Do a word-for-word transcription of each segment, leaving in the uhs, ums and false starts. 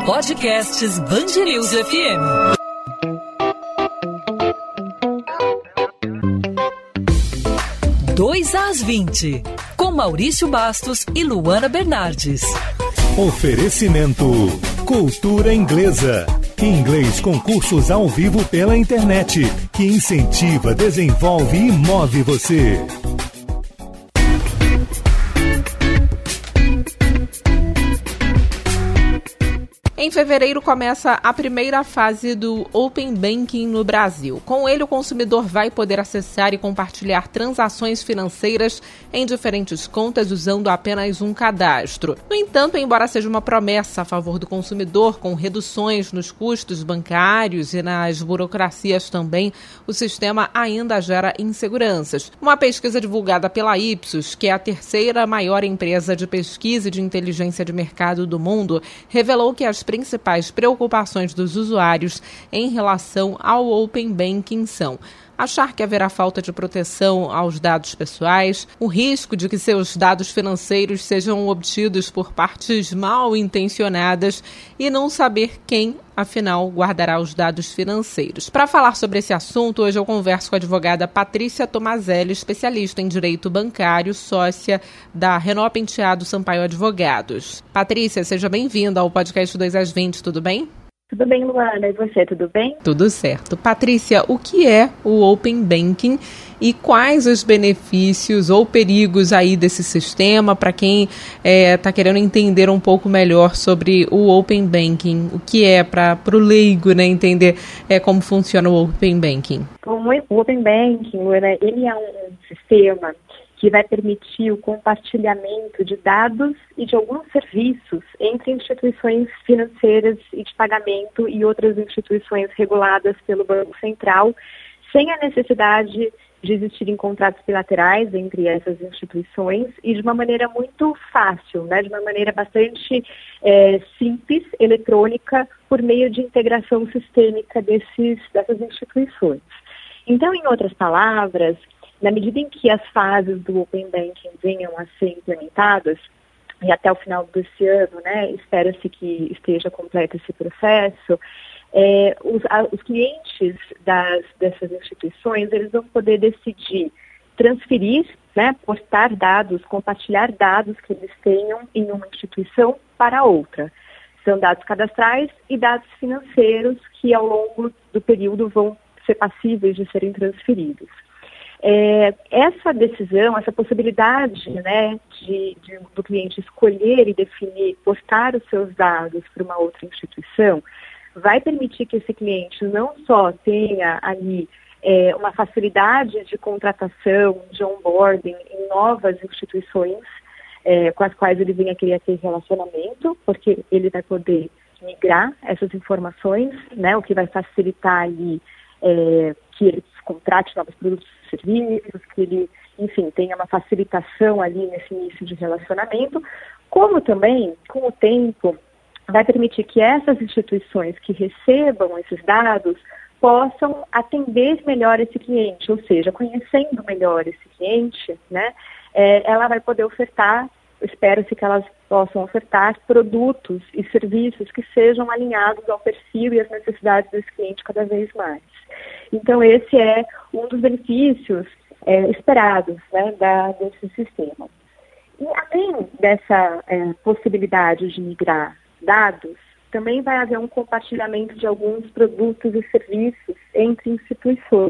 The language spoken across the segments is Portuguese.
Podcasts Band News F M. dois às vinte, com Maurício Bastos e Luana Bernardes. Oferecimento Cultura Inglesa. Inglês com cursos ao vivo pela internet, que incentiva, desenvolve e move você. Em fevereiro começa a primeira fase do Open Banking no Brasil. Com ele, o consumidor vai poder acessar e compartilhar transações financeiras em diferentes contas usando apenas um cadastro. No entanto, embora seja uma promessa a favor do consumidor, com reduções nos custos bancários e nas burocracias também, o sistema ainda gera inseguranças. Uma pesquisa divulgada pela Ipsos, que é a terceira maior empresa de pesquisa e de inteligência de mercado do mundo, revelou que as principais preocupações dos usuários em relação ao Open Banking são: achar que haverá falta de proteção aos dados pessoais, o risco de que seus dados financeiros sejam obtidos por partes mal intencionadas e não saber quem, afinal, guardará os dados financeiros. Para falar sobre esse assunto, hoje eu converso com a advogada Patrícia Tomazelli, especialista em direito bancário, sócia da Renault Penteado Sampaio Advogados. Patrícia, seja bem-vinda ao podcast dois às vinte, tudo bem? Tudo bem, Luana. E você, tudo bem? Tudo certo. Patrícia, o que é o Open Banking e quais os benefícios ou perigos aí desse sistema para quem está é, querendo entender um pouco melhor sobre o Open Banking? O que é para o leigo, né, entender é, como funciona o Open Banking? O Open Banking, Luana, ele é um sistema que vai permitir o compartilhamento de dados e de alguns serviços entre instituições financeiras e de pagamento e outras instituições reguladas pelo Banco Central, sem a necessidade de existirem contratos bilaterais entre essas instituições e de uma maneira muito fácil, né, de uma maneira bastante é, simples, eletrônica, por meio de integração sistêmica desses, dessas instituições. Então, em outras palavras, na medida em que as fases do Open Banking venham a ser implementadas, e até o final desse ano, né, espera-se que esteja completo esse processo, é, os, a, os clientes das, dessas instituições, eles vão poder decidir transferir, né, postar dados, compartilhar dados que eles tenham em uma instituição para outra. São dados cadastrais e dados financeiros que ao longo do período vão ser passíveis de serem transferidos. É, essa decisão, essa possibilidade, né, de, de, do cliente escolher e definir, postar os seus dados para uma outra instituição, vai permitir que esse cliente não só tenha ali é, uma facilidade de contratação, de onboarding em novas instituições é, com as quais ele venha querer ter relacionamento, porque ele vai poder migrar essas informações, né, o que vai facilitar ali é, que ele contrate novos produtos e serviços, que ele, enfim, tenha uma facilitação ali nesse início de relacionamento, como também, com o tempo, vai permitir que essas instituições que recebam esses dados possam atender melhor esse cliente, ou seja, conhecendo melhor esse cliente, né, é, ela vai poder ofertar, espera-se que elas possam ofertar produtos e serviços que sejam alinhados ao perfil e às necessidades desse cliente cada vez mais. Então, esse é um dos benefícios é, esperados, né, da, desse sistema. E além dessa é, possibilidade de migrar dados, também vai haver um compartilhamento de alguns produtos e serviços entre instituições.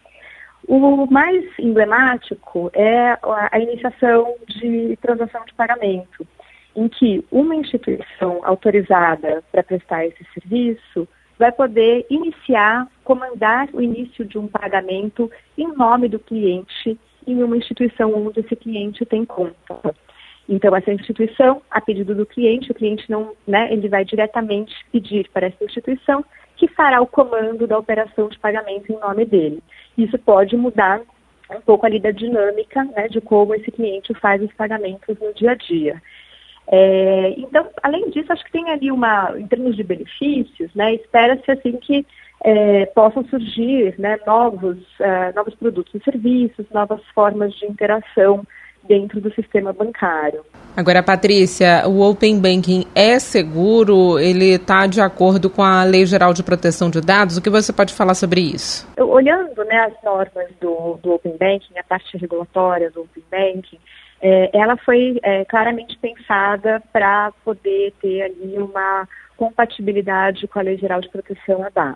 O mais emblemático é a iniciação de transação de pagamento, em que uma instituição autorizada para prestar esse serviço vai poder iniciar, comandar o início de um pagamento em nome do cliente em uma instituição onde esse cliente tem conta. Então, essa instituição, a pedido do cliente, o cliente não, né, ele vai diretamente pedir para essa instituição que fará o comando da operação de pagamento em nome dele. Isso pode mudar um pouco ali da dinâmica, né, de como esse cliente faz os pagamentos no dia a dia. É, então, além disso, acho que tem ali uma, em termos de benefícios, né, espera-se assim que é, possam surgir, né, novos, uh, novos produtos e serviços, novas formas de interação dentro do sistema bancário. Agora, Patrícia, o Open Banking é seguro? Ele está de acordo com a Lei Geral de Proteção de Dados? O que você pode falar sobre isso? Olhando, né, as normas do, do Open Banking, a parte regulatória do Open Banking, é, ela foi é, claramente pensada para poder ter ali uma compatibilidade com a Lei Geral de Proteção a Dados.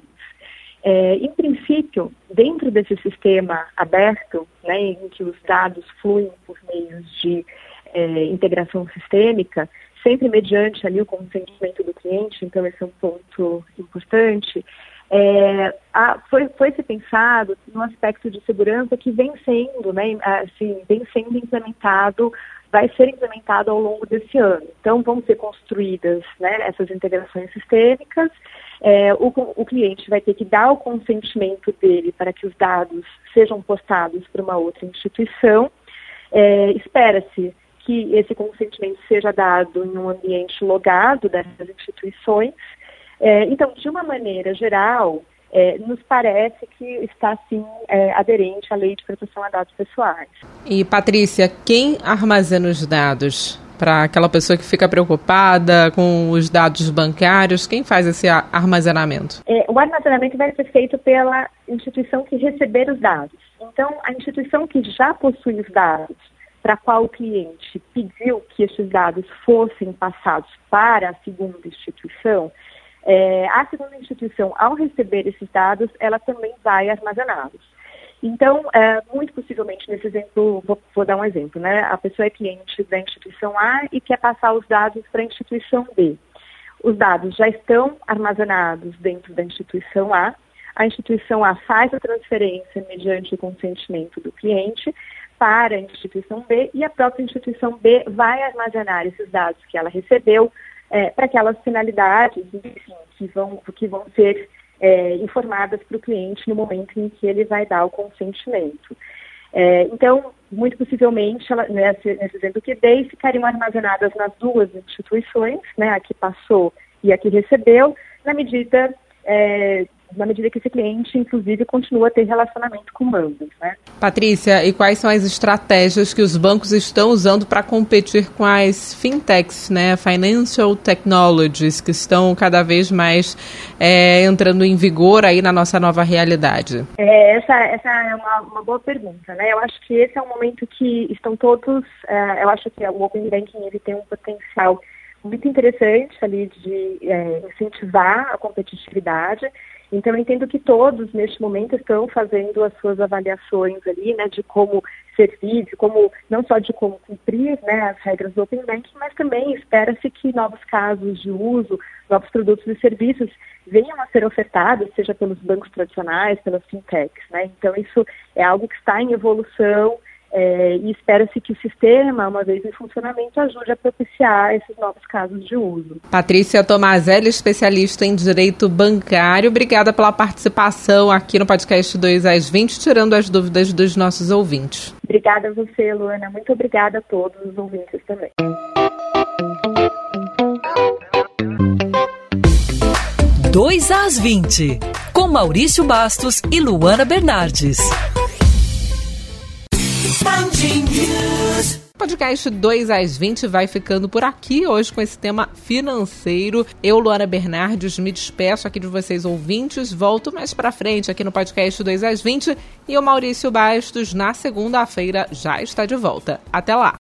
É, em princípio, dentro desse sistema aberto, né, em que os dados fluem por meios de é, integração sistêmica, sempre mediante ali o consentimento do cliente, então esse é um ponto importante, é, a, foi, foi se pensado no aspecto de segurança que vem sendo, né, assim, vem sendo implementado, vai ser implementado ao longo desse ano. Então, vão ser construídas, né, essas integrações sistêmicas. É, o, o cliente vai ter que dar o consentimento dele para que os dados sejam postados para uma outra instituição. É, espera-se que esse consentimento seja dado em um ambiente logado dessas instituições. É, então, de uma maneira geral, é, nos parece que está, sim, é, aderente à Lei de Proteção a Dados Pessoais. E, Patrícia, quem armazena os dados? Para aquela pessoa que fica preocupada com os dados bancários, quem faz esse armazenamento? É, o armazenamento vai ser feito pela instituição que receber os dados. Então, a instituição que já possui os dados, para a qual o cliente pediu que esses dados fossem passados para a segunda instituição, é, a segunda instituição, ao receber esses dados, ela também vai armazená-los. Então, é, muito possivelmente, nesse exemplo, vou, vou dar um exemplo, né? A pessoa é cliente da instituição A e quer passar os dados para a instituição B. Os dados já estão armazenados dentro da instituição A. A instituição A faz a transferência mediante o consentimento do cliente para a instituição B e a própria instituição B vai armazenar esses dados que ela recebeu é, para aquelas finalidades, enfim, que vão, que vão ser É, informadas para o cliente no momento em que ele vai dar o consentimento. É, então, muito possivelmente, ela, nesse, nesse exemplo que dei, ficariam armazenadas nas duas instituições, né, a que passou e a que recebeu, na medida, é, na medida que esse cliente, inclusive, continua a ter relacionamento com ambos, né? Patrícia, e quais são as estratégias que os bancos estão usando para competir com as fintechs, né, financial technologies, que estão cada vez mais é, entrando em vigor aí na nossa nova realidade? É, essa, essa é uma, uma boa pergunta, né? Eu acho que esse é um momento que estão todos, é, eu acho que o Open Banking ele tem um potencial muito interessante ali de é, incentivar a competitividade. Então, eu entendo que todos, neste momento, estão fazendo as suas avaliações ali, né, de como servir, de como, não só de como cumprir, né, as regras do Open Banking, mas também espera-se que novos casos de uso, novos produtos e serviços venham a ser ofertados, seja pelos bancos tradicionais, pelas fintechs, né. Então, isso é algo que está em evolução. É, e espera-se que o sistema, uma vez em funcionamento, ajude a propiciar esses novos casos de uso. Patrícia Tomazelli, especialista em direito bancário, obrigada pela participação aqui no podcast dois às vinte, tirando as dúvidas dos nossos ouvintes. Obrigada a você, Luana. Muito obrigada a todos os ouvintes também. dois às vinte, com Maurício Bastos e Luana Bernardes. O podcast dois às vinte vai ficando por aqui hoje com esse tema financeiro. Eu, Luana Bernardes, me despeço aqui de vocês ouvintes. Volto mais pra frente aqui no podcast dois às vinte e o Maurício Bastos, na segunda-feira, já está de volta. Até lá!